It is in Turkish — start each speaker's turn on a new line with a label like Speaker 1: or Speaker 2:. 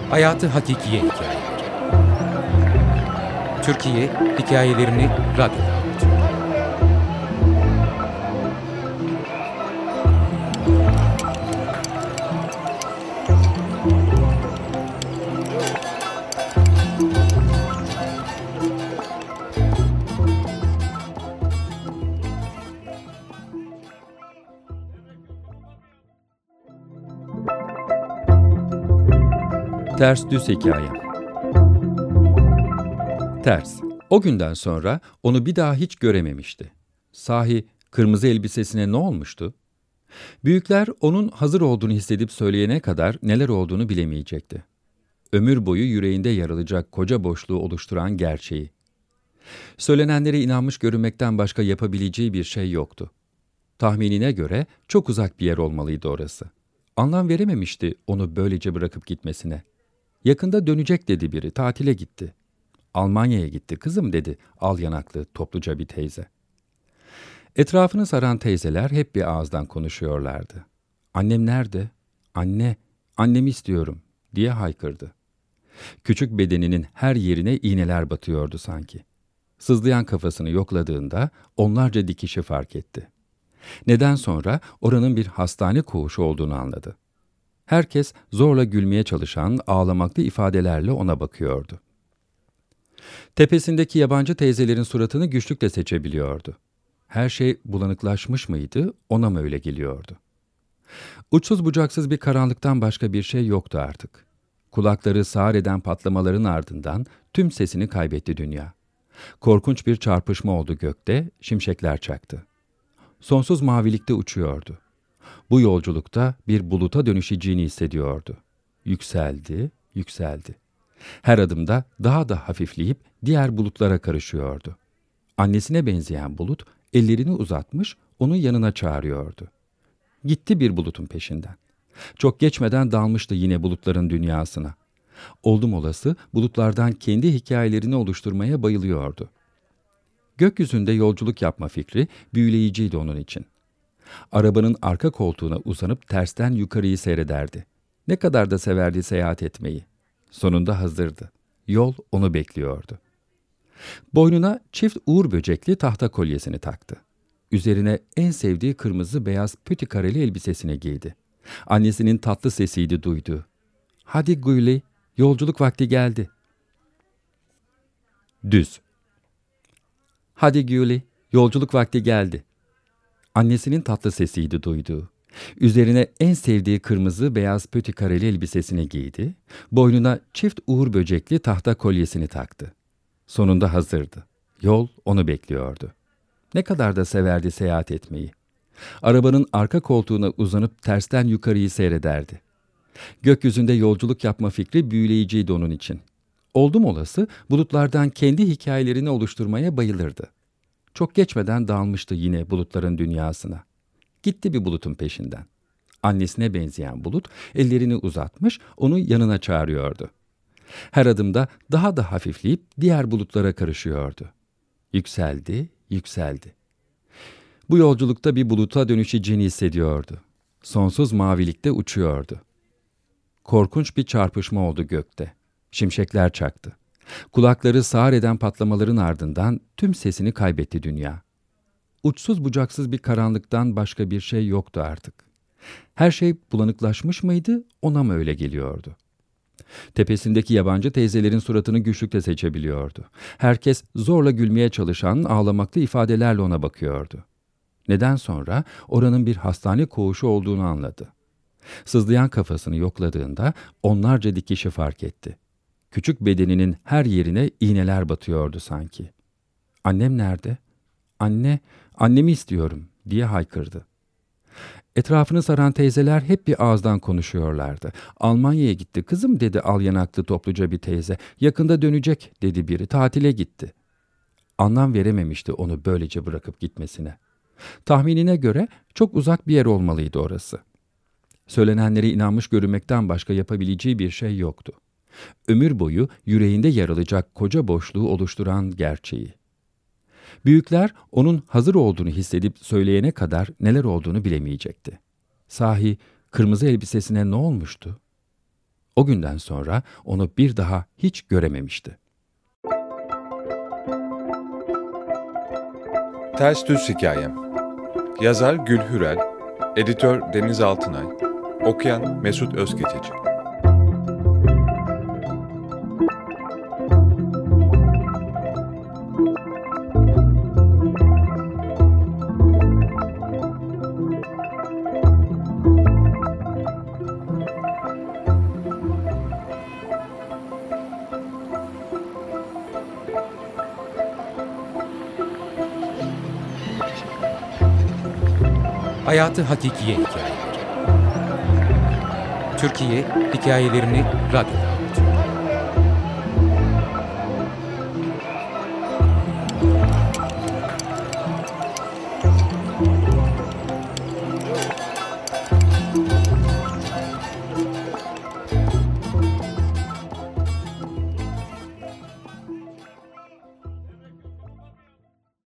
Speaker 1: Hayatı Hakikiye Hikayeleri. Türkiye hikayelerini radyoda anlatıyor.
Speaker 2: Ters Düz Hikayem. Ters. O günden sonra onu bir daha hiç görememişti. Sahi kırmızı elbisesine ne olmuştu? Büyükler onun hazır olduğunu hissedip söyleyene kadar neler olduğunu bilemeyecekti. Ömür boyu yüreğinde yarılacak koca boşluğu oluşturan gerçeği. Söylenenlere inanmış görünmekten başka yapabileceği bir şey yoktu. Tahminine göre çok uzak bir yer olmalıydı orası. Anlam verememişti onu böylece bırakıp gitmesine. Yakında dönecek dedi biri, tatile gitti. Almanya'ya gitti kızım dedi al yanaklı topluca bir teyze. Etrafını saran teyzeler hep bir ağızdan konuşuyorlardı. Annem nerede? Anne, annemi istiyorum diye haykırdı. Küçük bedeninin her yerine iğneler batıyordu sanki. Sızlayan kafasını yokladığında onlarca dikişi fark etti. Neden sonra oranın bir hastane koğuşu olduğunu anladı. Herkes zorla gülmeye çalışan ağlamaklı ifadelerle ona bakıyordu. Tepesindeki yabancı teyzelerin suratını güçlükle seçebiliyordu. Her şey bulanıklaşmış mıydı, ona mı öyle geliyordu? Uçsuz bucaksız bir karanlıktan başka bir şey yoktu artık. Kulakları sağır eden patlamaların ardından tüm sesini kaybetti dünya. Korkunç bir çarpışma oldu gökte, şimşekler çaktı. Sonsuz mavilikte uçuyordu. Bu yolculukta bir buluta dönüşeceğini hissediyordu. Yükseldi, yükseldi. Her adımda daha da hafifleyip diğer bulutlara karışıyordu. Annesine benzeyen bulut ellerini uzatmış, onu yanına çağırıyordu. Gitti bir bulutun peşinden. Çok geçmeden dalmıştı yine bulutların dünyasına. Oldum olası bulutlardan kendi hikayelerini oluşturmaya bayılıyordu. Gökyüzünde yolculuk yapma fikri büyüleyiciydi onun için. Arabanın arka koltuğuna uzanıp tersten yukarıyı seyrederdi. Ne kadar da severdi seyahat etmeyi. Sonunda hazırdı. Yol onu bekliyordu. Boynuna çift uğur böcekli tahta kolyesini taktı. Üzerine en sevdiği kırmızı beyaz pütü kareli elbisesini giydi. Annesinin tatlı sesiydi duyduğu. Hadi Gülü, yolculuk vakti geldi. Düz. Hadi Gülü, yolculuk vakti geldi. Annesinin tatlı sesiydi duyduğu. Üzerine en sevdiği kırmızı beyaz pötü kareli elbisesini giydi, boynuna çift uğur böcekli tahta kolyesini taktı. Sonunda hazırdı. Yol onu bekliyordu. Ne kadar da severdi seyahat etmeyi. Arabanın arka koltuğuna uzanıp tersten yukarıyı seyrederdi. Gökyüzünde yolculuk yapma fikri büyüleyiciydi onun için. Oldum olası bulutlardan kendi hikayelerini oluşturmaya bayılırdı. Çok geçmeden dalmıştı yine bulutların dünyasına. Gitti bir bulutun peşinden. Annesine benzeyen bulut ellerini uzatmış, onu yanına çağırıyordu. Her adımda daha da hafifleyip diğer bulutlara karışıyordu. Yükseldi, yükseldi. Bu yolculukta bir buluta dönüşeceğini hissediyordu. Sonsuz mavilikte uçuyordu. Korkunç bir çarpışma oldu gökte. Şimşekler çaktı. Kulakları sağır eden patlamaların ardından tüm sesini kaybetti dünya. Uçsuz bucaksız bir karanlıktan başka bir şey yoktu artık. Her şey bulanıklaşmış mıydı, ona mı öyle geliyordu? Tepesindeki yabancı teyzelerin suratını güçlükle seçebiliyordu. Herkes zorla gülmeye çalışan ağlamaklı ifadelerle ona bakıyordu. Neden sonra oranın bir hastane koğuşu olduğunu anladı. Sızlayan kafasını yokladığında onlarca dikişi fark etti. Küçük bedeninin her yerine iğneler batıyordu sanki. Annem nerede? Anne, annemi istiyorum diye haykırdı. Etrafını saran teyzeler hep bir ağızdan konuşuyorlardı. Almanya'ya gitti kızım dedi al yanaklı topluca bir teyze. Yakında dönecek dedi biri, tatile gitti. Anlam verememişti onu böylece bırakıp gitmesine. Tahminine göre çok uzak bir yer olmalıydı orası. Söylenenlere inanmış görünmekten başka yapabileceği bir şey yoktu. Ömür boyu yüreğinde yarılacak koca boşluğu oluşturan gerçeği. Büyükler onun hazır olduğunu hissedip söyleyene kadar neler olduğunu bilemeyecekti. Sahi kırmızı elbisesine ne olmuştu? O günden sonra onu bir daha hiç görememişti.
Speaker 3: Ters Düz Hikayem. Yazar Gül Hürel, editör Deniz Altınay, okuyan Mesut Özgececi.
Speaker 1: Hayatı Hakikiye Hikayeleri. Türkiye hikayelerini radyoda.